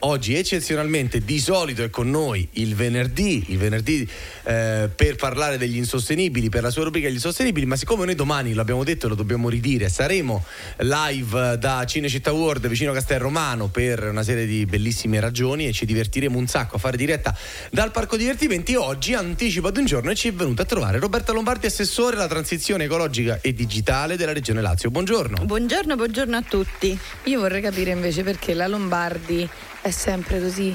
oggi eccezionalmente, di solito è con noi il venerdì per parlare degli insostenibili, per la sua rubrica Gli Insostenibili, ma siccome noi domani, l'abbiamo detto e lo dobbiamo ridire, saremo live da Cinecittà World vicino Castel Romano per una serie di bellissime ragioni e ci divertiremo un sacco a fare diretta dal parco divertimenti, oggi anticipo ad un giorno e ci è venuta a trovare Roberta Lombardi, assessore alla transizione ecologica e digitale della Regione Lazio. Buongiorno. Buongiorno a tutti. Io vorrei capire invece perché la Lombardi è sempre così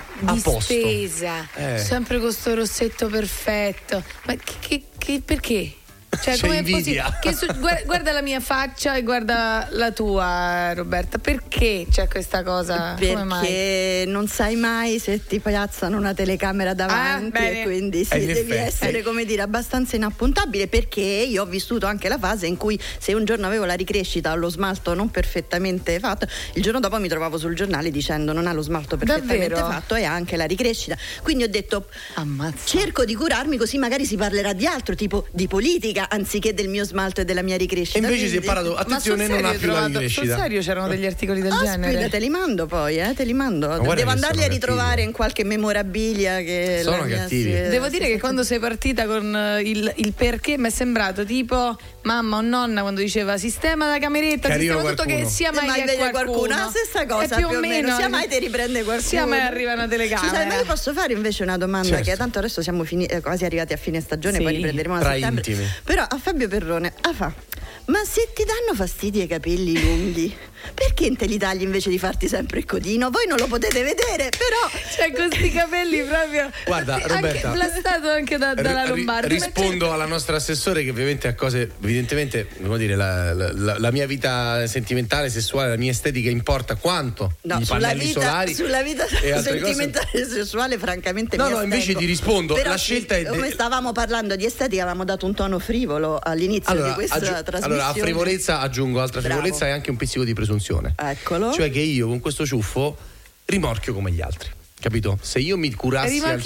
distesa, sempre con sto rossetto perfetto. Ma che perché? Cioè, come è possibile? Guarda la mia faccia e guarda la tua, Roberta. Perché c'è questa cosa? Perché non sai mai se ti piazzano una telecamera davanti e quindi devi essere, come dire, abbastanza inappuntabile, perché io ho vissuto anche la fase in cui se un giorno avevo la ricrescita o lo smalto non perfettamente fatto, il giorno dopo mi trovavo sul giornale dicendo non ha lo smalto perfettamente fatto e ha anche la ricrescita. Quindi ho detto cerco di curarmi, così magari si parlerà di altro, tipo di politica, anziché del mio smalto e della mia ricrescita. E invece si è parlato, attenzione, non ha più la ricrescita. Sul serio c'erano degli articoli del genere? Te li mando poi, devo andarli a ritrovare in qualche memorabilia che sono cattivi. Devo dire che quando sei partita con il perché mi è sembrato tipo mamma o nonna quando diceva sistema la cameretta, sistema tutto, che sia mai qualcuno. La stessa cosa più o meno, sia mai ti riprende qualcuno, sia mai arriva una telecamera. Ma io posso fare invece una domanda, che tanto adesso siamo quasi arrivati a fine stagione, poi riprenderemo a settembre. Intimi. Però a Fabio Perrone, ma se ti danno fastidio i capelli lunghi, perché te li tagli invece di farti sempre il codino? Voi non lo potete vedere, però cioè con questi capelli proprio. Guarda, Roberta, blastato anche dalla Lombardi. Rispondo alla nostra assessore che ovviamente a cose, evidentemente, come dire, la mia vita sentimentale, sessuale, la mia estetica importa quanto i pannelli solari. Sulla vita sentimentale e sessuale francamente no, invece ti rispondo, però la scelta è come stavamo parlando di estetica, avevamo dato un tono frivolo all'inizio di questa trasmissione. Allora, a frivolezza aggiungo altra frivolezza e anche un pizzico di presunzione. Eccolo. Cioè che io con questo ciuffo rimorchio come gli altri. Capito? Se io mi curassi al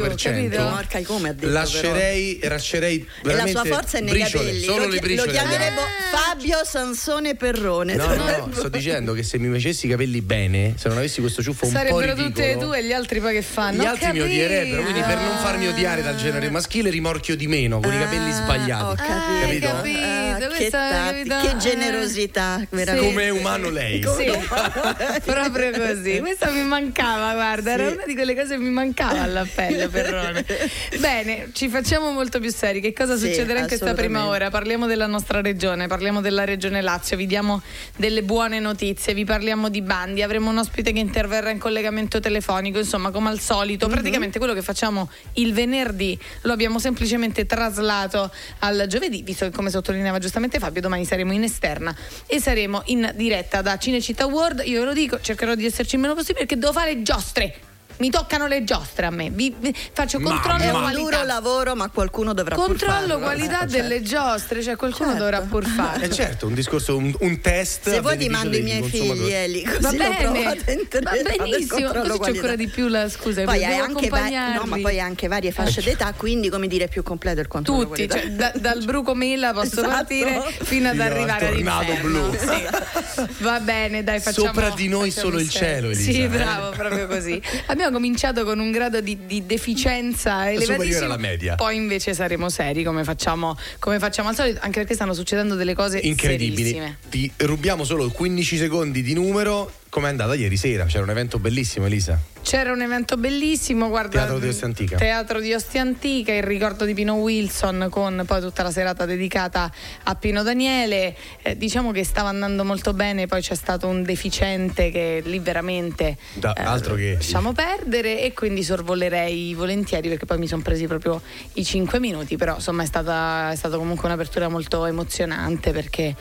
100%, lascerei veramente. E la sua forza è nei capelli. Solo le briciole. Lo chiameremo Fabio Sansone Perrone. No, sto dicendo che se mi facessi i capelli bene, se non avessi questo ciuffo un po' ridicolo, sarebbero tutte e due, e gli altri poi che fanno? Gli altri mi odierebbero, quindi per non farmi odiare dal genere maschile rimorchio di meno, con i capelli sbagliati. Capito? Che generosità, veramente. Come è umano lei. Sì, proprio così. Questa mi mancava, guarda, era una di quelle cose che mi mancava all'appello, Perrone. Bene, ci facciamo molto più seri. Che cosa succederà in questa prima ora? Parliamo della nostra regione, parliamo della regione Lazio, vi diamo delle buone notizie, vi parliamo di bandi, avremo un ospite che interverrà in collegamento telefonico, insomma, come al solito. Praticamente quello che facciamo il venerdì lo abbiamo semplicemente traslato al giovedì, visto che, come sottolineava giustamente Fabio, domani saremo in esterna e saremo in diretta da Cinecittà World. Io ve lo dico, cercherò di esserci il meno possibile perché devo fare giostre. Mi toccano le giostre a me, faccio controllo qualità. È un duro lavoro, ma qualcuno dovrà controllo qualità delle giostre, cioè qualcuno dovrà pur fare. Certo, un discorso, un test. Se vuoi ti mando i miei figli, Eli, così va bene, va benissimo, così c'è ancora di più la scusa. Poi hai anche ma poi anche varie fasce d'età, quindi come dire più completo il controllo. Tutti, cioè, dal bruco mela posso partire fino ad arrivare all'inferno. Blu. Sì. Va bene, dai, facciamo. Sopra di noi solo il cielo, Elisa. Sì, bravo, proprio così. Abbiamo cominciato con un grado di deficienza elevatissimo alla media. Poi invece saremo seri come facciamo al solito, anche perché stanno succedendo delle cose incredibili. Serissime. Ti rubiamo solo 15 secondi di numero. Com'è andata ieri sera? C'era un evento bellissimo, Elisa. C'era un evento bellissimo, guarda, Teatro di Ostia Antica. Teatro di Ostia Antica, il ricordo di Pino Wilson, con poi tutta la serata dedicata a Pino Daniele. Diciamo che stava andando molto bene, poi c'è stato un deficiente che lì veramente altro che lasciamo perdere, e quindi sorvolerei volentieri perché poi mi sono presi proprio i 5 minuti, però insomma è stata comunque un'apertura molto emozionante perché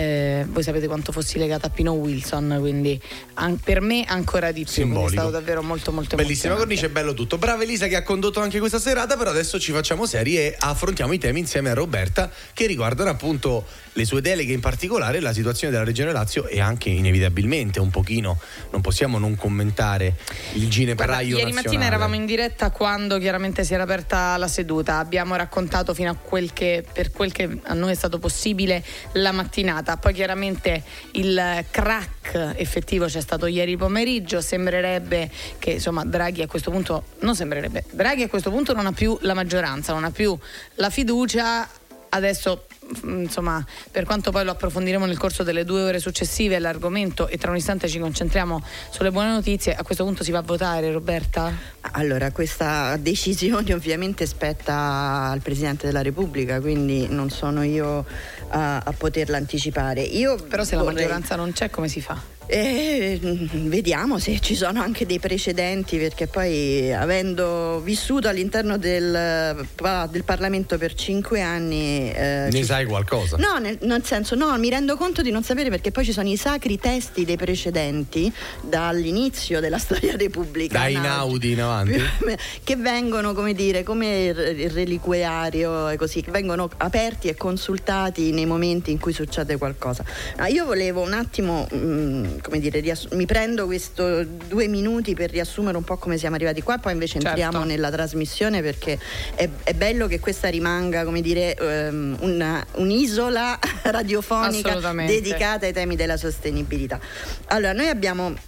voi sapete quanto fossi legata a Pino Wilson, quindi per me ancora di più. Simbolico. È stato davvero molto molto bellissima cornice, bello tutto. Brava Elisa che ha condotto anche questa serata, però adesso ci facciamo seri e affrontiamo i temi insieme a Roberta che riguardano appunto le sue deleghe, in particolare la situazione della Regione Lazio e anche inevitabilmente un pochino non possiamo non commentare il ginepraio nazionale. Ieri mattina eravamo in diretta quando chiaramente si era aperta la seduta, abbiamo raccontato fino a per quel che a noi è stato possibile la mattinata, poi chiaramente il crack effettivo c'è stato ieri pomeriggio. Sembrerebbe che insomma Draghi a questo punto non ha più la maggioranza, non ha più la fiducia. Adesso insomma, per quanto poi lo approfondiremo nel corso delle 2 ore successive l'argomento, e tra un istante ci concentriamo sulle buone notizie, a questo punto si va a votare, Roberta? Allora, questa decisione ovviamente spetta al Presidente della Repubblica, quindi non sono io a poterla anticipare. Però se la maggioranza non c'è, come si fa? Vediamo se ci sono anche dei precedenti, perché poi, avendo vissuto all'interno del Parlamento per 5 anni, ne sai qualcosa? No, nel senso, no, mi rendo conto di non sapere, perché poi ci sono i sacri testi dei precedenti dall'inizio della storia repubblicana, da Einaudi in avanti, che vengono, come dire, come il reliquiario e così, che vengono aperti e consultati nei momenti in cui succede qualcosa. Io volevo un attimo come dire, mi prendo questo 2 minuti per riassumere un po' come siamo arrivati qua, poi invece entriamo nella trasmissione, perché è bello che questa rimanga, come dire, un'isola radiofonica dedicata ai temi della sostenibilità. Allora, noi abbiamo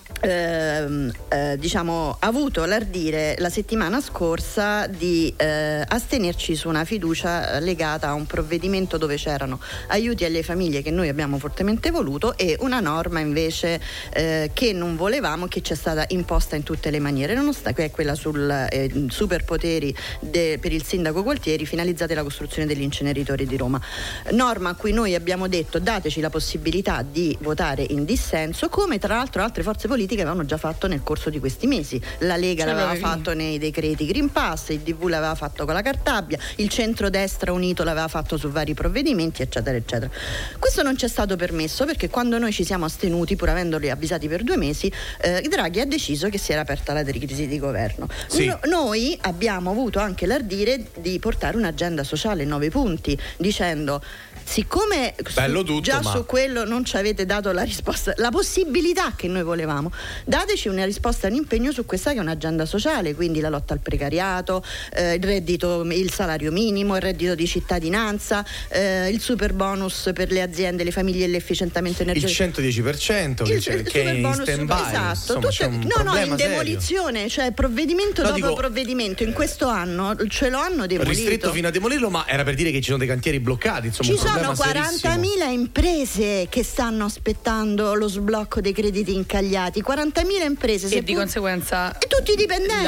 avuto l'ardire la settimana scorsa di astenerci su una fiducia legata a un provvedimento dove c'erano aiuti alle famiglie che noi abbiamo fortemente voluto, e una norma invece che non volevamo, che ci è stata imposta in tutte le maniere, che è quella sul superpoteri per il sindaco Gualtieri finalizzati alla costruzione degli inceneritori di Roma. Norma a cui noi abbiamo detto: dateci la possibilità di votare in dissenso, come tra l'altro altre forze politiche avevano già fatto nel corso di questi mesi. La Lega l'aveva fatto nei decreti Green Pass, il DV l'aveva fatto con la Cartabia, il centrodestra unito l'aveva fatto su vari provvedimenti, eccetera eccetera. Questo non ci è stato permesso, perché quando noi ci siamo astenuti, pur avendoli avvisati per 2 mesi, Draghi ha deciso che si era aperta la crisi di governo. Sì. Noi abbiamo avuto anche l'ardire di portare un'agenda sociale 9 punti, dicendo: siccome su quello non ci avete dato la risposta, la possibilità che noi volevamo, dateci una risposta, un impegno su questa che è un'agenda sociale, quindi la lotta al precariato, il reddito, il salario minimo, il reddito di cittadinanza, il super bonus per le aziende, le famiglie e l'efficientamento energetico, il 110% che è in stand-by. Esatto, insomma, in demolizione, cioè provvedimento provvedimento. In questo anno ce lo hanno demolito, ristretto fino a demolirlo, ma era per dire che ci sono dei cantieri bloccati, insomma. Ci sono 40.000 imprese che stanno aspettando lo sblocco dei crediti incagliati, 40.000 imprese, e di conseguenza e tutti i dipendenti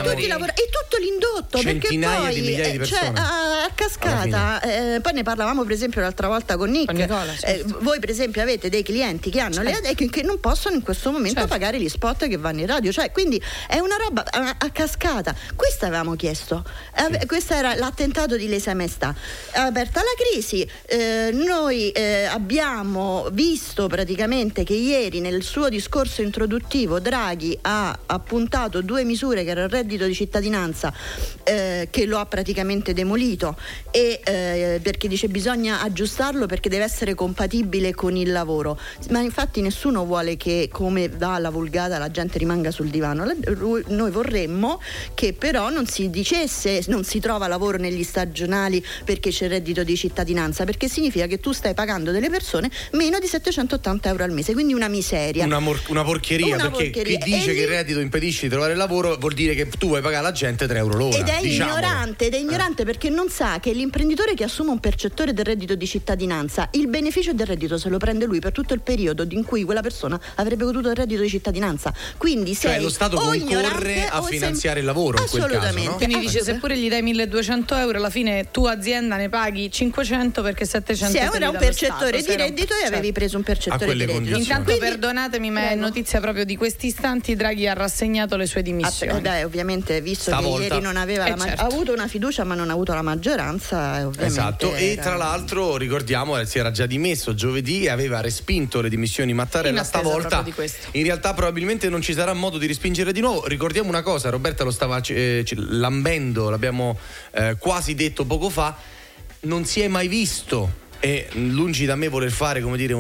e tutto l'indotto, centinaia perché poi di migliaia di persone, a cascata. Poi ne parlavamo per esempio l'altra volta con Nick, Nicola, certo. Voi per esempio avete dei clienti che hanno le ADEC che non possono in questo momento pagare gli spot che vanno in radio, cioè quindi è una roba a cascata. Questo avevamo chiesto, questo era l'attentato di lesa maestà. Aperta la crisi, noi abbiamo visto praticamente che ieri nel suo discorso introduttivo Draghi ha appuntato 2 misure, che era il reddito di cittadinanza, che lo ha praticamente demolito, e perché dice bisogna aggiustarlo perché deve essere compatibile con il lavoro, ma infatti nessuno vuole che, come va la vulgata, la gente rimanga sul divano. Noi vorremmo che però non si dicesse non si trova lavoro negli stagionali perché c'è il reddito di cittadinanza, perché significa che tu stai pagando delle persone meno di 780 euro al mese, quindi una miseria, una porcheria, perché chi dice che il reddito impedisce di trovare lavoro vuol dire che tu vuoi pagare alla gente 3 euro l'ora, ed è ignorante perché non sa che l'imprenditore che assume un percettore del reddito di cittadinanza, il beneficio del reddito se lo prende lui per tutto il periodo in cui quella persona avrebbe goduto del reddito di cittadinanza, quindi cioè lo Stato concorre a finanziare il lavoro in quel caso, no? Quindi dice, seppure gli dai 1.200 euro, alla fine tu azienda ne paghi 500 perché 700 era un percettore di reddito e avevi preso un percettore di reddito. Intanto perdonatemi, ma è notizia proprio di questi istanti, Draghi ha rassegnato le sue dimissioni. Ovviamente, visto che ieri non aveva ha avuto una fiducia ma non ha avuto la maggioranza, ovviamente. Esatto, e tra l'altro ricordiamo si era già dimesso giovedì e aveva respinto le dimissioni Mattarella. Stavolta in realtà probabilmente non ci sarà modo di respingere di nuovo. Ricordiamo una cosa, Roberta lo stava lambendo, l'abbiamo quasi detto poco fa, non si è mai visto, e lungi da me voler fare, come dire,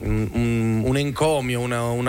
un encomio,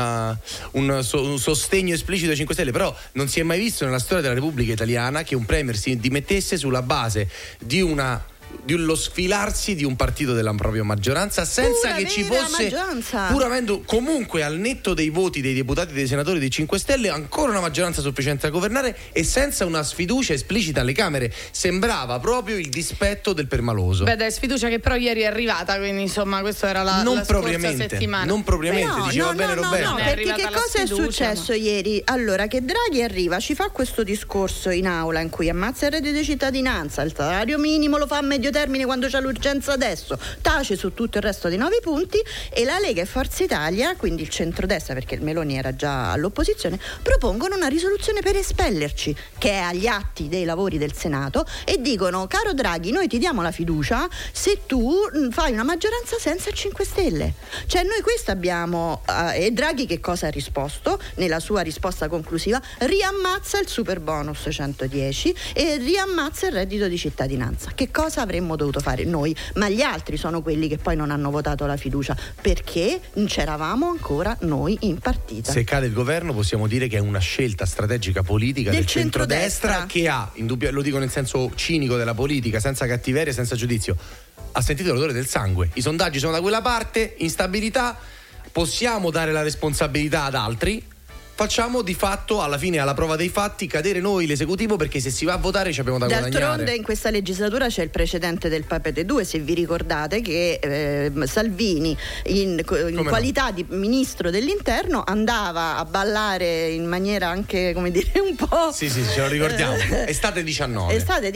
un sostegno esplicito ai 5 Stelle, però non si è mai visto nella storia della Repubblica Italiana che un premier si dimettesse sulla base di una lo sfilarsi di un partito della propria maggioranza senza che ci fosse, pur avendo comunque al netto dei voti dei deputati e dei senatori dei 5 Stelle ancora una maggioranza sufficiente a governare e senza una sfiducia esplicita alle Camere. Sembrava proprio il dispetto del permaloso. Sfiducia che però ieri è arrivata, quindi insomma questo era la scorsa settimana. Non propriamente, diceva bene Roberto. No, perché che cosa è successo ieri? Allora, che Draghi arriva, ci fa questo discorso in aula in cui ammazza il reddito di cittadinanza, il salario minimo lo fa a medio termine quando c'è l'urgenza adesso, tace su tutto il resto dei 9 punti, e la Lega e Forza Italia, quindi il centrodestra, perché il Meloni era già all'opposizione, propongono una risoluzione per espellerci, che è agli atti dei lavori del Senato, e dicono: caro Draghi, noi ti diamo la fiducia se tu fai una maggioranza senza il 5 Stelle. Cioè noi questo abbiamo, e Draghi che cosa ha risposto? Nella sua risposta conclusiva riammazza il super bonus 110 e riammazza il reddito di cittadinanza. Che cosa avremmo dovuto fare noi? Ma gli altri sono quelli che poi non hanno votato la fiducia, perché non c'eravamo ancora noi in partita. Se cade il governo possiamo dire che è una scelta strategica politica del centrodestra che ha, lo dico nel senso cinico della politica, senza cattiveria, senza giudizio, ha sentito l'odore del sangue. I sondaggi sono da quella parte, instabilità, possiamo dare la responsabilità ad altri. Facciamo di fatto, alla fine, alla prova dei fatti, cadere noi l'esecutivo, perché se si va a votare ci abbiamo da guadagnare. D'altronde in questa legislatura c'è il precedente del Papete 2, se vi ricordate che Salvini in qualità di ministro dell'interno andava a ballare in maniera anche, come dire, un po'... Sì, ce lo ricordiamo. Estate 19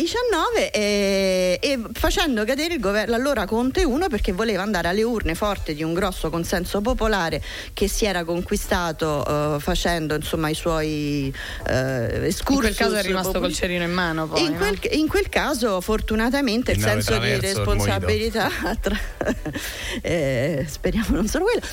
e facendo cadere il governo, allora Conte 1, perché voleva andare alle urne forte di un grosso consenso popolare che si era conquistato facendo insomma i suoi excursus. In quel caso è rimasto col cerino in mano poi, in quel caso fortunatamente il senso di responsabilità speriamo non solo quello,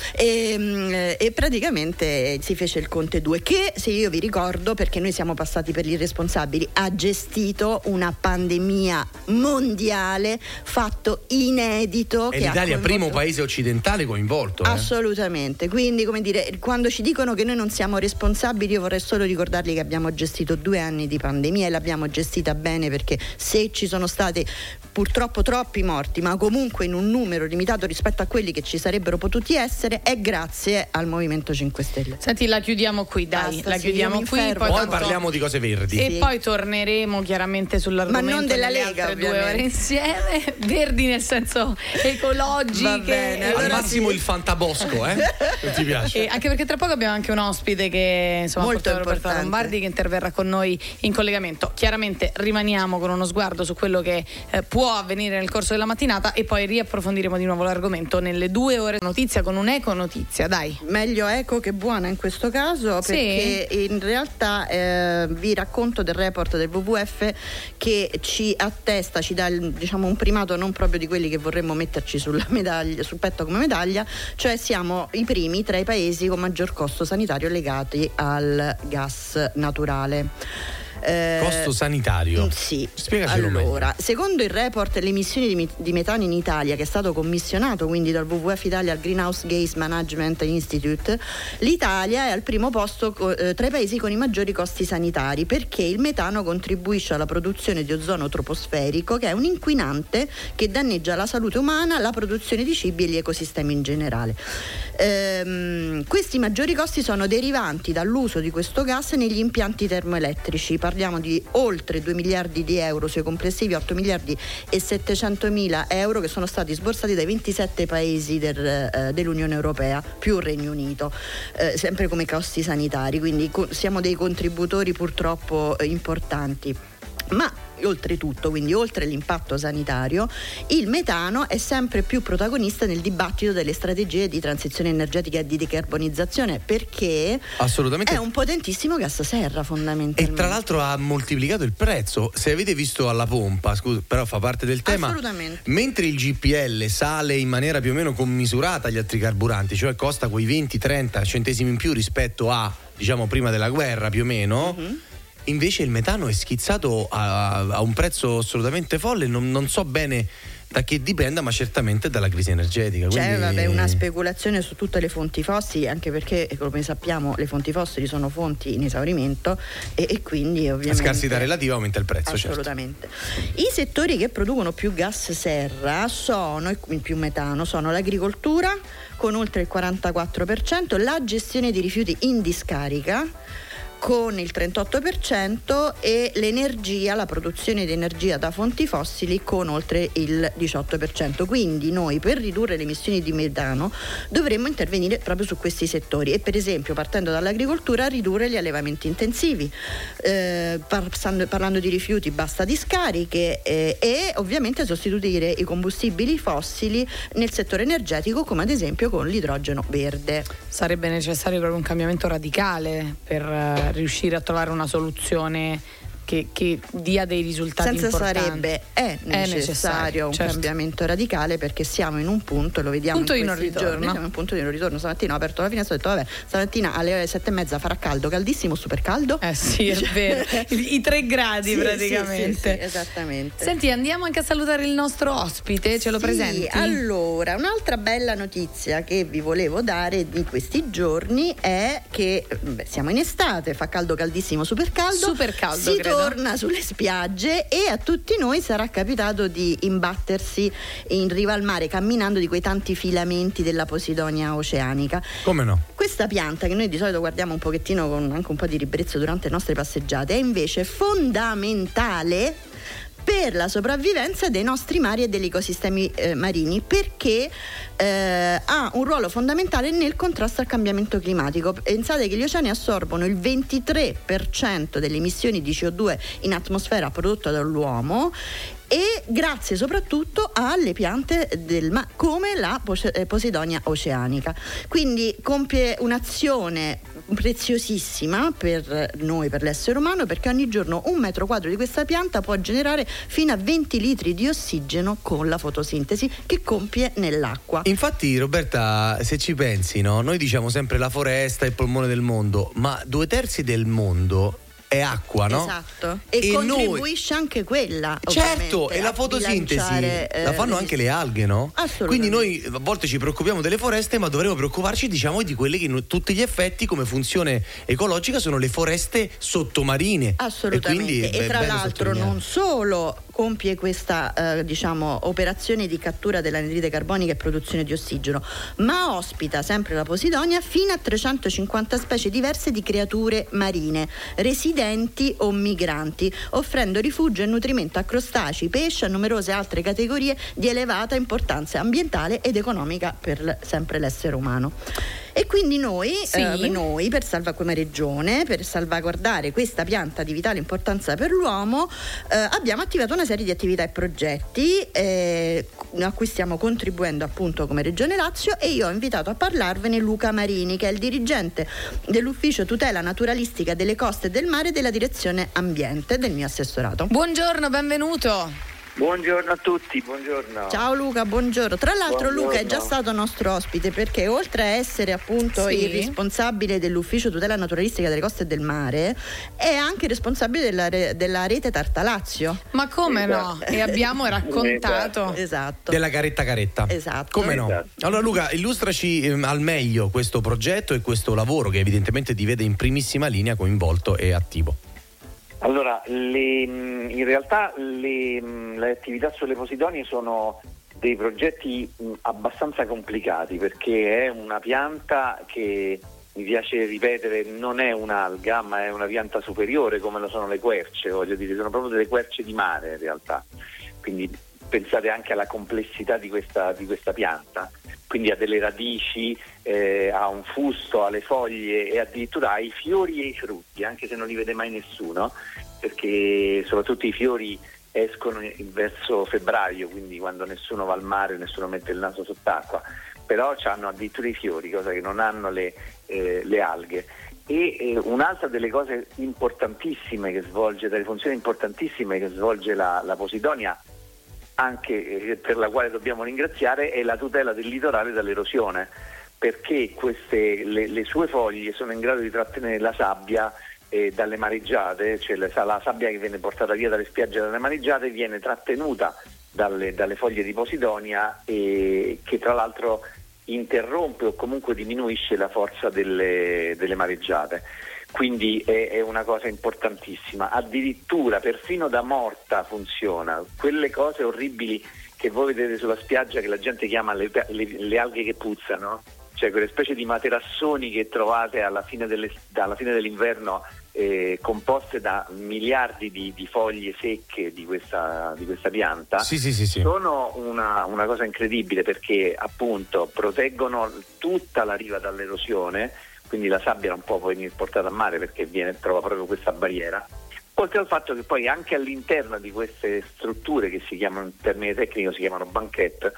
e praticamente si fece il Conte 2, che, se io vi ricordo, perché noi siamo passati per gli irresponsabili, ha gestito una pandemia mondiale, fatto inedito, e l'Italia è primo paese occidentale coinvolto, assolutamente. Quindi, come dire, quando ci dicono che noi non siamo responsabili, io vorrei solo ricordargli che abbiamo gestito 2 anni di pandemia e l'abbiamo gestita bene, perché se ci sono stati purtroppo troppi morti, ma comunque in un numero limitato rispetto a quelli che ci sarebbero potuti essere, è grazie al Movimento 5 Stelle. Senti, la chiudiamo qui, dai. La chiudiamo qui, poi parliamo di cose verdi e poi torneremo chiaramente sull'argomento, ma non della Lega, altre 2 ore insieme. Verdi nel senso ecologiche, al massimo il fantabosco, non ti piace? Anche perché tra poco abbiamo anche un ospite che insomma molto Roberto Lombardi, che interverrà con noi in collegamento. Chiaramente rimaniamo con uno sguardo su quello che può avvenire nel corso della mattinata e poi riapprofondiremo di nuovo l'argomento nelle 2 ore notizia, con un'eco notizia, dai. Meglio eco che buona in questo caso, perché in realtà vi racconto del report del WWF che ci attesta, ci dà un primato non proprio di quelli che vorremmo metterci sulla medaglia, sul petto come medaglia, cioè siamo i primi tra i paesi con maggior costo sanitario legati al gas naturale. Costo sanitario? Sì. Spiegacelo allora, meglio. Secondo il report le emissioni di metano in Italia, che è stato commissionato quindi dal WWF Italia al Greenhouse Gas Management Institute, l'Italia è al primo posto tra i paesi con i maggiori costi sanitari, perché il metano contribuisce alla produzione di ozono troposferico, che è un inquinante che danneggia la salute umana, la produzione di cibi e gli ecosistemi in generale. Questi maggiori costi sono derivanti dall'uso di questo gas negli impianti termoelettrici. Parliamo di oltre 2 miliardi di euro sui complessivi 8 miliardi e 700 mila euro che sono stati sborsati dai 27 paesi dell'Unione Europea più il Regno Unito, sempre come costi sanitari, quindi siamo dei contributori purtroppo importanti. Ma oltretutto, quindi oltre l'impatto sanitario, il metano è sempre più protagonista nel dibattito delle strategie di transizione energetica e di decarbonizzazione, perché assolutamente è un potentissimo gas serra fondamentalmente. E tra l'altro ha moltiplicato il prezzo. Se avete visto alla pompa, scusa, però fa parte del tema, assolutamente, mentre il GPL sale in maniera più o meno commisurata agli altri carburanti, cioè costa quei 20-30 centesimi in più rispetto a, diciamo, prima della guerra più o meno, invece il metano è schizzato a un prezzo assolutamente folle. Non so bene da che dipenda, ma certamente dalla crisi energetica. C'è una speculazione su tutte le fonti fossili, anche perché come sappiamo le fonti fossili sono fonti in esaurimento e quindi ovviamente a scarsità relativa aumenta il prezzo. Assolutamente. Certo. I settori che producono più gas serra sono più metano sono l'agricoltura con oltre il 44%, la gestione di rifiuti in discarica con il 38% e l'energia, la produzione di energia da fonti fossili con oltre il 18%. Quindi noi per ridurre le emissioni di metano dovremmo intervenire proprio su questi settori e per esempio partendo dall'agricoltura ridurre gli allevamenti intensivi, parlando di rifiuti basta discariche e ovviamente sostituire i combustibili fossili nel settore energetico come ad esempio con l'idrogeno verde. Sarebbe necessario proprio un cambiamento radicale per riuscire a trovare una soluzione che dia dei risultati importanti. È necessario un cambiamento radicale perché siamo in un punto, lo vediamo punto in questi giorni, siamo in un punto di non ritorno. Stamattina ho aperto la finestra e ho detto vabbè, stamattina alle 7:30 farà caldo, caldissimo, super caldo. Sì, è vero. I 3 gradi praticamente. Sì, esattamente. Senti, andiamo anche a salutare il nostro ospite, ce lo presenti? Allora, un'altra bella notizia che vi volevo dare di questi giorni è che siamo in estate, fa caldo, caldissimo, super caldo. Si torna sulle spiagge e a tutti noi sarà capitato di imbattersi in riva al mare camminando di quei tanti filamenti della Posidonia oceanica. Come no? Questa pianta che noi di solito guardiamo un pochettino con anche un po' di ribrezzo durante le nostre passeggiate è invece fondamentale per la sopravvivenza dei nostri mari e degli ecosistemi marini perché ha un ruolo fondamentale nel contrasto al cambiamento climatico. Pensate che gli oceani assorbono il 23% delle emissioni di CO2 in atmosfera prodotta dall'uomo e grazie soprattutto alle piante come la Posidonia oceanica. Quindi compie un'azione preziosissima per noi, per l'essere umano, perché ogni giorno 1 metro quadro di questa pianta può generare fino a 20 litri di ossigeno con la fotosintesi che compie nell'acqua. Infatti, Roberta, se ci pensi, no? Noi diciamo sempre la foresta è il polmone del mondo, ma 2/3 del mondo è acqua, no? Esatto. E contribuisce anche quella. Certo, e la fotosintesi la fanno anche le alghe, no? Assolutamente. Quindi noi a volte ci preoccupiamo delle foreste, ma dovremmo preoccuparci, diciamo, di quelle che tutti gli effetti come funzione ecologica sono le foreste sottomarine. Assolutamente. E tra l'altro non solo compie questa operazione di cattura dell'anidride carbonica e produzione di ossigeno, ma ospita sempre la Posidonia fino a 350 specie diverse di creature marine, residenti o migranti, offrendo rifugio e nutrimento a crostacei, pesci e a numerose altre categorie di elevata importanza ambientale ed economica per sempre l'essere umano. E quindi noi come regione, per salvaguardare questa pianta di vitale importanza per l'uomo, abbiamo attivato una serie di attività e progetti a cui stiamo contribuendo appunto come Regione Lazio e io ho invitato a parlarvene Luca Marini, che è il dirigente dell'Ufficio Tutela Naturalistica delle Coste e del Mare della Direzione Ambiente del mio assessorato. Buongiorno, benvenuto. Buongiorno a tutti, buongiorno. Ciao Luca, buongiorno. Tra l'altro Luca è già stato nostro ospite perché oltre a essere appunto il responsabile dell'Ufficio Tutela Naturalistica delle Coste e del Mare è anche responsabile della rete Tartalazio. Ma come no? E abbiamo raccontato della caretta. Esatto. Come no? Allora Luca, illustraci al meglio questo progetto e questo lavoro che evidentemente ti vede in primissima linea coinvolto e attivo. Allora, in realtà le attività sulle Posidonie sono dei progetti abbastanza complicati perché è una pianta che, mi piace ripetere, non è un'alga ma è una pianta superiore come lo sono le querce, voglio dire, sono proprio delle querce di mare in realtà, quindi pensate anche alla complessità di questa pianta. Quindi ha delle radici, ha un fusto, ha le foglie e addirittura ha i fiori e i frutti, anche se non li vede mai nessuno, perché soprattutto i fiori escono verso febbraio, quindi quando nessuno va al mare, nessuno mette il naso sott'acqua, però hanno addirittura i fiori, cosa che non hanno le alghe. E un'altra delle cose importantissime che svolge, delle funzioni importantissime che svolge la Posidonia, anche per la quale dobbiamo ringraziare, è la tutela del litorale dall'erosione, perché le sue foglie sono in grado di trattenere la sabbia dalle mareggiate, cioè la sabbia che viene portata via dalle spiagge dalle mareggiate viene trattenuta dalle foglie di Posidonia, e che tra l'altro interrompe o comunque diminuisce la forza delle mareggiate. Quindi è una cosa importantissima. Addirittura perfino da morta funziona. Quelle cose orribili che voi vedete sulla spiaggia, che la gente chiama le alghe che puzzano, cioè quelle specie di materassoni che trovate alla fine dell'inverno, composte da miliardi di foglie secche di questa pianta, sì. sono una cosa incredibile, perché appunto proteggono tutta la riva dall'erosione, quindi la sabbia non può poi venire portata a mare perché trova proprio questa barriera. Oltre al fatto che poi anche all'interno di queste strutture, che si chiamano, in termine tecnico si chiamano banquette,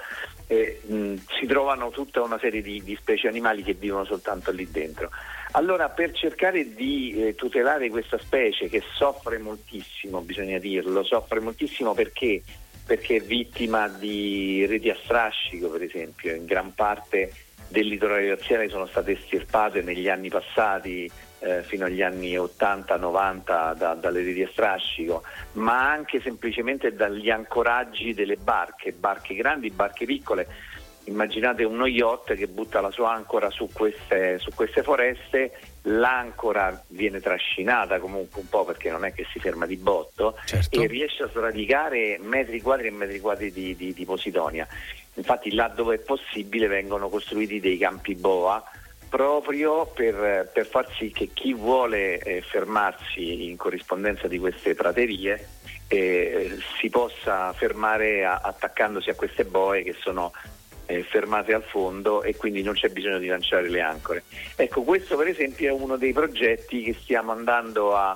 si trovano tutta una serie di specie animali che vivono soltanto lì dentro. Allora, per cercare di tutelare questa specie, che soffre moltissimo, bisogna dirlo, soffre moltissimo perché è vittima di reti a strascico, per esempio. In gran parte del litorale laziale sono state estirpate negli anni passati, fino agli anni 80-90, dalle reti a strascico, ma anche semplicemente dagli ancoraggi delle barche grandi, barche piccole. Immaginate uno yacht che butta la sua ancora su queste foreste, l'ancora viene trascinata comunque un po', perché non è che si ferma di botto, certo, e riesce a sradicare metri quadri e metri quadri di Posidonia. Infatti là dove è possibile vengono costruiti dei campi boa, proprio per far sì che chi vuole fermarsi in corrispondenza di queste praterie si possa fermare attaccandosi a queste boe che sono fermate al fondo, e quindi non c'è bisogno di lanciare le ancore. Ecco, questo per esempio è uno dei progetti che stiamo andando a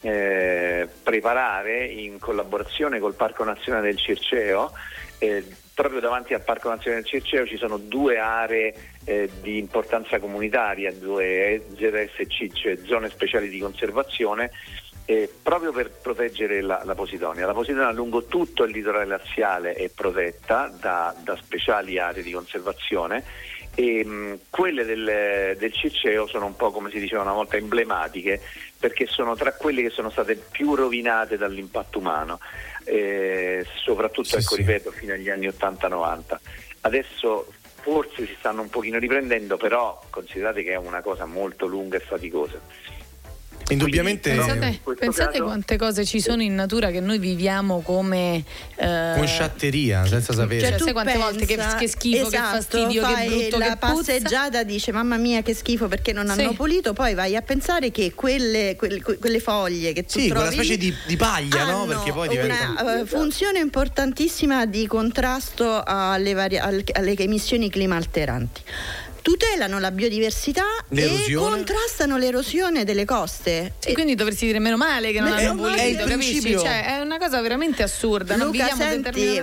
preparare in collaborazione col Parco Nazionale del Circeo. Proprio davanti al Parco Nazionale del Circeo ci sono due aree di importanza comunitaria, due ZSC, cioè zone speciali di conservazione, proprio per proteggere la Posidonia. La Posidonia lungo tutto il litorale laziale è protetta da speciali aree di conservazione, e quelle del Circeo sono un po', come si diceva una volta, emblematiche, perché sono tra quelle che sono state più rovinate dall'impatto umano, soprattutto, ripeto, fino agli anni 80-90. Adesso forse si stanno un pochino riprendendo, però considerate che è una cosa molto lunga e faticosa. Indubbiamente. Pensate quante cose ci sono in natura che noi viviamo come sciatteria, senza sapere. Cioè, sai quante volte che schifo, che fastidio, che brutto, la che passeggiata, dice mamma mia che schifo perché non hanno pulito, poi vai a pensare che quelle foglie che tu trovi, quella specie di paglia, no? Perché poi diventa una funzione importantissima di contrasto alle emissioni climalteranti. Tutelano la biodiversità e contrastano l'erosione delle coste. E quindi dovresti dire meno male che non hanno pulito, capisci? Cioè, è una cosa veramente assurda. Luca, senti,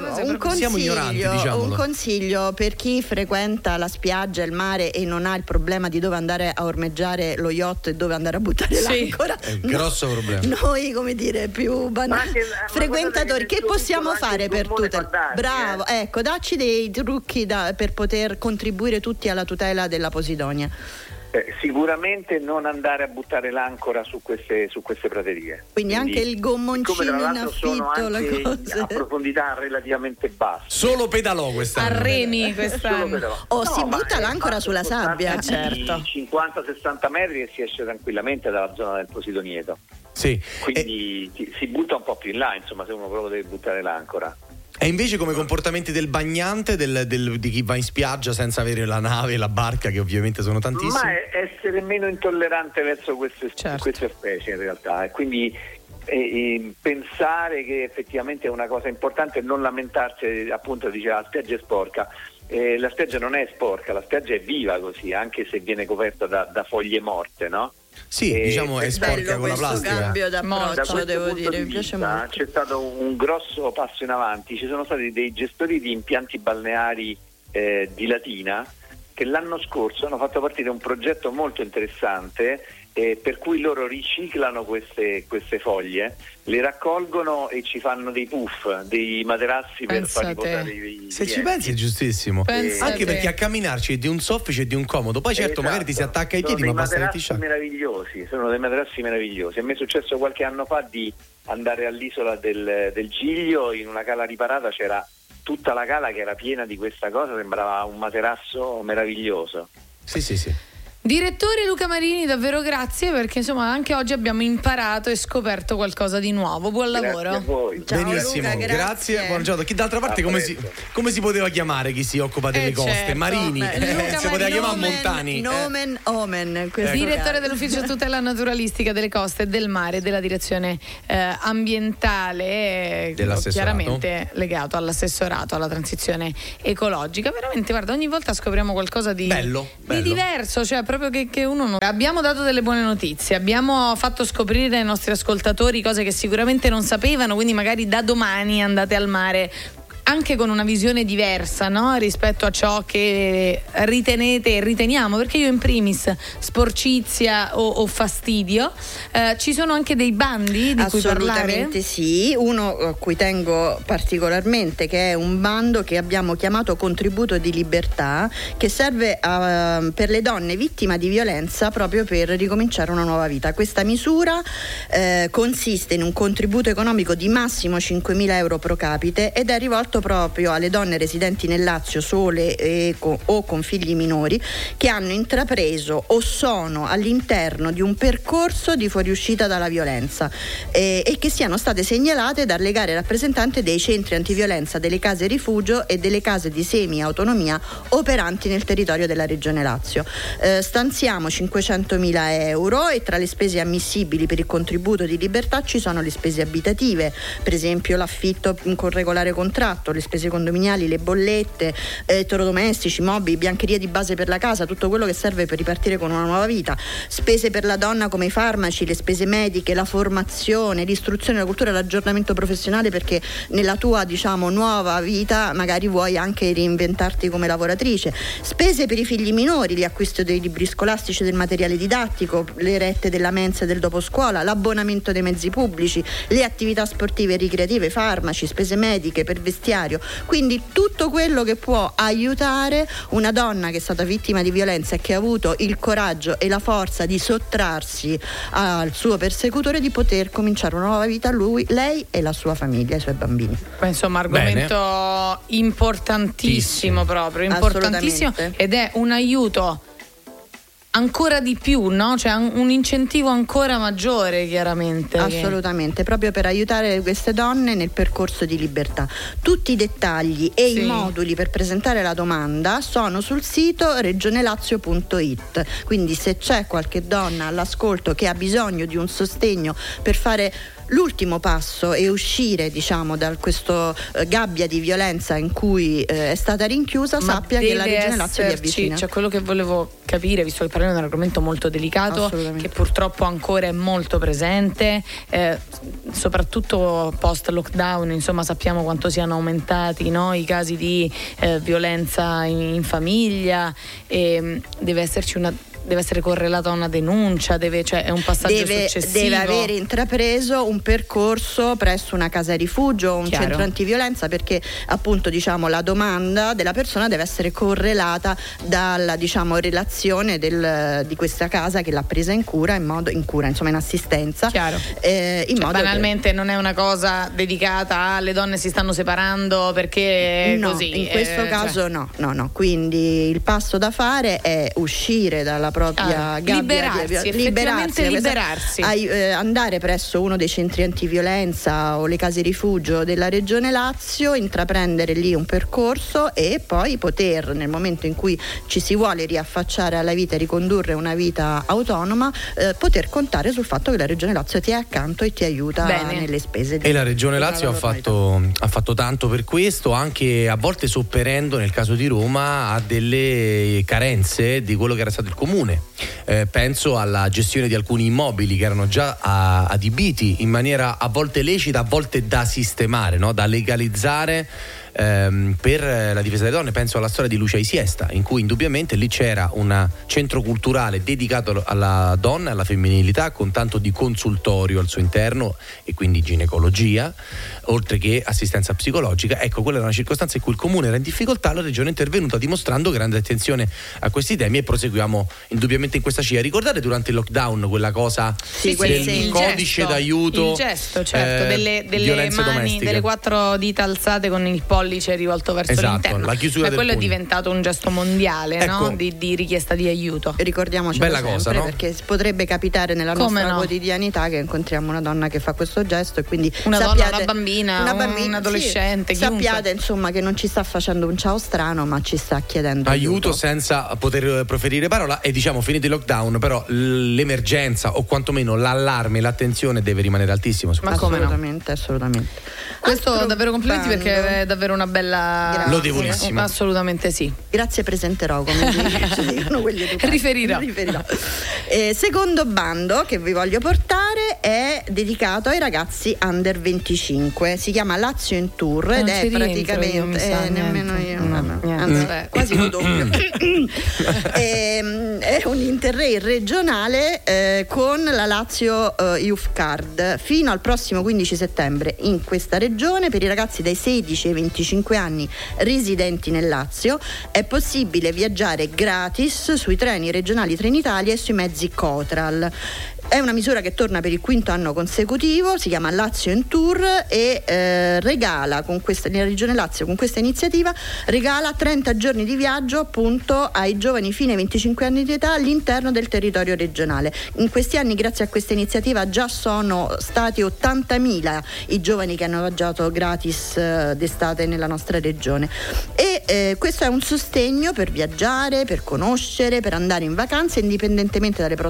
un consiglio per chi frequenta la spiaggia, il mare e non ha il problema di dove andare a ormeggiare lo yacht e dove andare a buttare l'ancora. È un grosso problema. Noi, come dire, più frequentatori, che possiamo fare per tutelare? Bravo, ecco, dacci dei trucchi per poter contribuire tutti alla tutela della Posidonia. Sicuramente non andare a buttare l'ancora su queste praterie. Quindi anche il gommoncino in affitto, la cosa a profondità relativamente bassa. Solo pedalò quest'anno. A remi quest'anno. Si butta l'ancora sulla sabbia, certo. 50-60 metri e si esce tranquillamente dalla zona del Posidonieto. Sì. Quindi si butta un po' più in là, insomma, se uno proprio deve buttare l'ancora. E invece come comportamenti del bagnante, di chi va in spiaggia senza avere la nave e la barca, che ovviamente sono tantissime? Ma essere meno intollerante verso queste specie in realtà, e quindi pensare che effettivamente è una cosa importante, non lamentarsi, appunto diceva la spiaggia è sporca. La spiaggia non è sporca, la spiaggia è viva così, anche se viene coperta da foglie morte, no? Sì, diciamo è sporca con la plastica. Cambio d'approccio, devo dire, mi piace molto. C'è stato un grosso passo in avanti, ci sono stati dei gestori di impianti balneari di Latina che l'anno scorso hanno fatto partire un progetto molto interessante, per cui loro riciclano queste foglie, le raccolgono e ci fanno dei puff, dei materassi per far riposare i Se ci pensi è giustissimo. Anche perché a camminarci è di un soffice e di un comodo. Poi certo, magari ti si attacca ai piedi, ma basta che ti sciacqui. Sono dei materassi meravigliosi. A me è successo qualche anno fa di andare all'isola del Giglio, in una cala riparata c'era tutta la cala che era piena di questa cosa sembrava un materasso meraviglioso. Sì. Direttore Luca Marini, davvero grazie, perché insomma anche oggi abbiamo imparato e scoperto qualcosa di nuovo. Buon lavoro. Grazie a voi. Ciao, benissimo, Luca, grazie. Buongiorno. D'altra parte come si poteva chiamare chi si occupa delle coste? Certo. Marini, si poteva chiamare Montani. Nomen omen. Direttore dell'Ufficio Tutela Naturalistica delle Coste e del Mare della Direzione Ambientale, chiaramente legato all'assessorato alla transizione ecologica. Veramente, guarda, ogni volta scopriamo qualcosa di bello. Di diverso, cioè proprio che uno non... Abbiamo dato delle buone notizie, abbiamo fatto scoprire ai nostri ascoltatori cose che sicuramente non sapevano, quindi magari da domani andate al mare anche con una visione diversa, no? Rispetto a ciò che ritenete e riteniamo, perché io in primis sporcizia o fastidio, ci sono anche dei bandi di cui parlare? Assolutamente sì, uno a cui tengo particolarmente, che è un bando che abbiamo chiamato Contributo di Libertà, che serve per le donne vittime di violenza proprio per ricominciare una nuova vita. Questa misura consiste in un contributo economico di massimo 5.000 euro pro capite ed è rivolto proprio alle donne residenti nel Lazio sole o con figli minori che hanno intrapreso o sono all'interno di un percorso di fuoriuscita dalla violenza e che siano state segnalate da legale rappresentante dei centri antiviolenza, delle case rifugio e delle case di semi-autonomia operanti nel territorio della Regione Lazio. Stanziamo 500.000 euro e tra le spese ammissibili per il contributo di libertà ci sono le spese abitative, per esempio l'affitto con regolare contratto, le spese condominiali, le bollette, elettrodomestici, mobili, biancheria di base per la casa, tutto quello che serve per ripartire con una nuova vita, spese per la donna come i farmaci, le spese mediche, la formazione, l'istruzione, la cultura, l'aggiornamento professionale, perché nella tua nuova vita magari vuoi anche reinventarti come lavoratrice, spese per i figli minori, l'acquisto dei libri scolastici, del materiale didattico, le rette della mensa e del doposcuola, l'abbonamento dei mezzi pubblici, le attività sportive e ricreative, farmaci, spese mediche per vestiario, quindi tutto quello che può aiutare una donna che è stata vittima di violenza e che ha avuto il coraggio e la forza di sottrarsi al suo persecutore, di poter cominciare una nuova vita a lei e la sua famiglia, i suoi bambini. Insomma, argomento importantissimo, proprio importantissimo, ed è un aiuto ancora di più, no? Cioè un incentivo ancora maggiore, chiaramente. Assolutamente, proprio per aiutare queste donne nel percorso di libertà. Tutti i dettagli e i moduli per presentare la domanda sono sul sito regionelazio.it, quindi se c'è qualche donna all'ascolto che ha bisogno di un sostegno per fare l'ultimo passo e uscire da questo gabbia di violenza in cui è stata rinchiusa, sappia che la Regione Lazio vi avvicina. Cioè, quello che volevo capire, visto che parliamo di un argomento molto delicato che purtroppo ancora è molto presente, soprattutto post lockdown, insomma sappiamo quanto siano aumentati, no, i casi di violenza in famiglia, e deve essere correlata a una denuncia, è un passaggio successivo. Deve avere intrapreso un percorso presso una casa rifugio, un centro antiviolenza, perché appunto la domanda della persona deve essere correlata dalla relazione di questa casa che l'ha presa in assistenza. Chiaro. Banalmente non è una cosa dedicata alle donne si stanno separando perché così. In questo caso no. Quindi il passo da fare è uscire dalla propria gabbia, liberarsi, andare presso uno dei centri antiviolenza o le case rifugio della Regione Lazio, intraprendere lì un percorso e poi poter, nel momento in cui ci si vuole riaffacciare alla vita e ricondurre una vita autonoma, poter contare sul fatto che la Regione Lazio ti è accanto e ti aiuta nelle spese. E la Regione Lazio ha fatto tanto per questo, anche a volte sopperendo, nel caso di Roma, a delle carenze di quello che era stato il comune. Penso alla gestione di alcuni immobili che erano già adibiti in maniera a volte lecita, a volte da sistemare, no? Da legalizzare per la difesa delle donne. Penso alla storia di Lucia Isiesta, in cui indubbiamente lì c'era un centro culturale dedicato alla donna e alla femminilità, con tanto di consultorio al suo interno e quindi ginecologia, oltre che assistenza psicologica. Ecco, quella era una circostanza in cui il comune era in difficoltà, la regione è intervenuta dimostrando grande attenzione a questi temi e proseguiamo indubbiamente in questa scia. Ricordate durante il lockdown quella cosa del codice d'aiuto, il gesto, delle mani, domestiche, delle 4 dita alzate con il pollice pollice rivolto verso l'interno. La chiusura del quello pugno. è diventato un gesto mondiale, ecco, no? Di richiesta di aiuto. Ricordiamoci bella sempre, cosa, no? Perché potrebbe capitare nella nostra quotidianità che incontriamo una donna che fa questo gesto, e quindi una bambina, un adolescente, sì, sappiate insomma che non ci sta facendo un ciao strano, ma ci sta chiedendo aiuto senza poter proferire parola. E diciamo, finito il lockdown, però l'emergenza o quantomeno l'allarme, l'attenzione deve rimanere altissimo. Ma come assolutamente. Questo davvero complimenti, perché è davvero una bella, lodevolissimo. Assolutamente sì. Grazie, presenterò, come dicono quelli educati. Riferirò. Secondo bando che vi voglio portare è dedicato ai ragazzi under 25. Si chiama Lazio in Tour ed è praticamente nemmeno io. Quasi lo doppio. È un interrail regionale con la Lazio Youth Card fino al prossimo 15 settembre in questa regione. Per i ragazzi dai 16 ai 25 anni residenti nel Lazio è possibile viaggiare gratis sui treni regionali Trenitalia e sui mezzi Cotral. È una misura che torna per il 5º anno consecutivo, si chiama Lazio in Tour e regala nella regione Lazio, con questa iniziativa, regala 30 giorni di viaggio appunto ai giovani fino ai 25 anni di età all'interno del territorio regionale. In questi anni, grazie a questa iniziativa, già sono stati 80.000 i giovani che hanno viaggiato gratis d'estate nella nostra regione. E questo è un sostegno per viaggiare, per conoscere, per andare in vacanza, indipendentemente dalle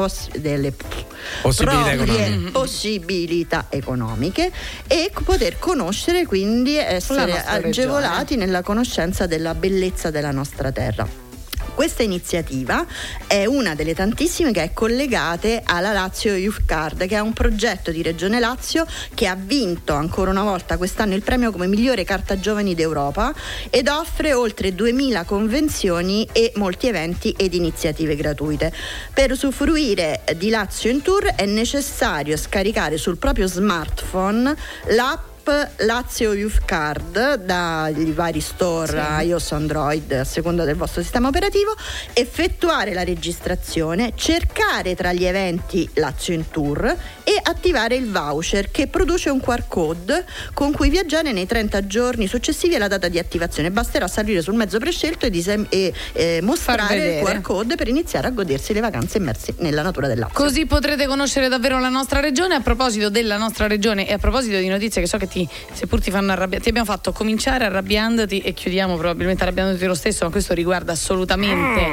possibilità economiche, e poter conoscere, quindi essere agevolati nella conoscenza della bellezza della nostra terra. Questa iniziativa è una delle tantissime che è collegate alla Lazio Youth Card, che è un progetto di Regione Lazio che ha vinto ancora una volta quest'anno il premio come migliore carta giovani d'Europa ed offre oltre 2000 convenzioni e molti eventi ed iniziative gratuite. Per usufruire di Lazio in Tour è necessario scaricare sul proprio smartphone l'app Lazio Youth Card dai vari store iOS o Android a seconda del vostro sistema operativo, effettuare la registrazione, cercare tra gli eventi Lazio in Tour e attivare il voucher che produce un QR code con cui viaggiare nei 30 giorni successivi alla data di attivazione. Basterà salire sul mezzo prescelto e mostrare il QR code per iniziare a godersi le vacanze immersi nella natura del Lazio. Così potrete conoscere davvero la nostra regione. A proposito della nostra regione e a proposito di notizie che so che seppur ti fanno arrabbiare, ti abbiamo fatto cominciare arrabbiandoti e chiudiamo probabilmente arrabbiandoti lo stesso, ma questo riguarda assolutamente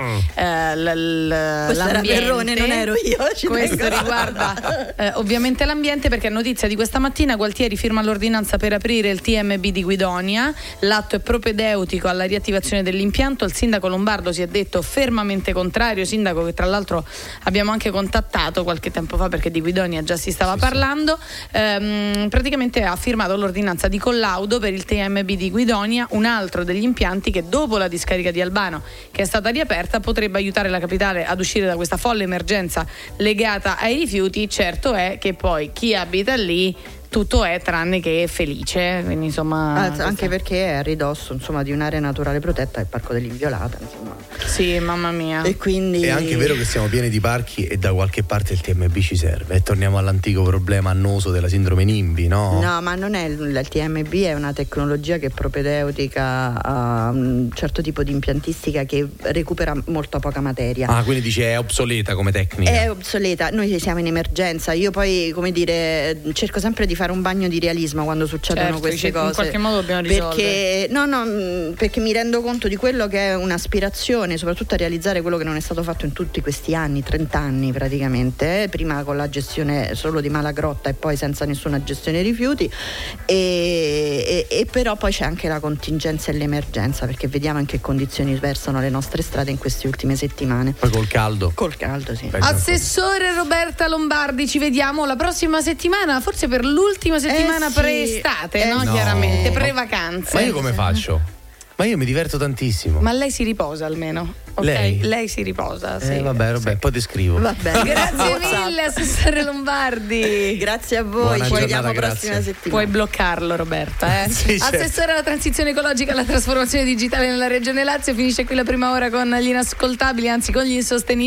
l'ambiente. Perrone, non ero io. Questo riguarda ovviamente l'ambiente, perché è notizia di questa mattina. Gualtieri firma l'ordinanza per aprire il TMB di Guidonia. L'atto è propedeutico alla riattivazione dell'impianto. Il sindaco lombardo si è detto fermamente contrario, sindaco che tra l'altro abbiamo anche contattato qualche tempo fa perché di Guidonia già si stava parlando. Praticamente ha firmato l'ordinanza di collaudo per il TMB di Guidonia, un altro degli impianti che dopo la discarica di Albano, che è stata riaperta, potrebbe aiutare la capitale ad uscire da questa folle emergenza legata ai rifiuti. Certo è che poi chi abita lì tutto è tranne che felice, quindi insomma anche perché è a ridosso di un'area naturale protetta, il Parco dell'Inviolata, insomma. Sì, mamma mia. E quindi è anche vero che siamo pieni di parchi e da qualche parte il TMB ci serve, e torniamo all'antico problema annoso della sindrome NIMBY, no? No, ma non è il TMB, è una tecnologia che è propedeutica a un certo tipo di impiantistica che recupera molto poca materia. Ah, quindi dice è obsoleta come tecnica. È obsoleta, noi siamo in emergenza. Io poi, cerco sempre di fare un bagno di realismo quando succedono queste cose. In qualche modo dobbiamo risolvere. Perché mi rendo conto di quello che è un'aspirazione, soprattutto a realizzare quello che non è stato fatto in tutti questi anni, 30 anni praticamente, prima con la gestione solo di Malagrotta e poi senza nessuna gestione dei rifiuti, e però poi c'è anche la contingenza e l'emergenza, perché vediamo in che condizioni versano le nostre strade in queste ultime settimane. Poi col caldo, sì. Assessore Roberta Lombardi, ci vediamo la prossima settimana, forse per l'ultima settimana pre-estate, no? Chiaramente, pre-vacanze. Ma io come faccio? Ma io mi diverto tantissimo. Ma lei si riposa almeno? Ok, lei si riposa. Sì. Vabbè, poi ti scrivo. Grazie mille, Assessore Lombardi. Grazie a voi, ci vediamo prossima settimana. Puoi bloccarlo, Roberta. Sì, Assessore alla transizione ecologica e alla trasformazione digitale nella Regione Lazio. Finisce qui la prima ora con gli inascoltabili, anzi con gli insostenibili.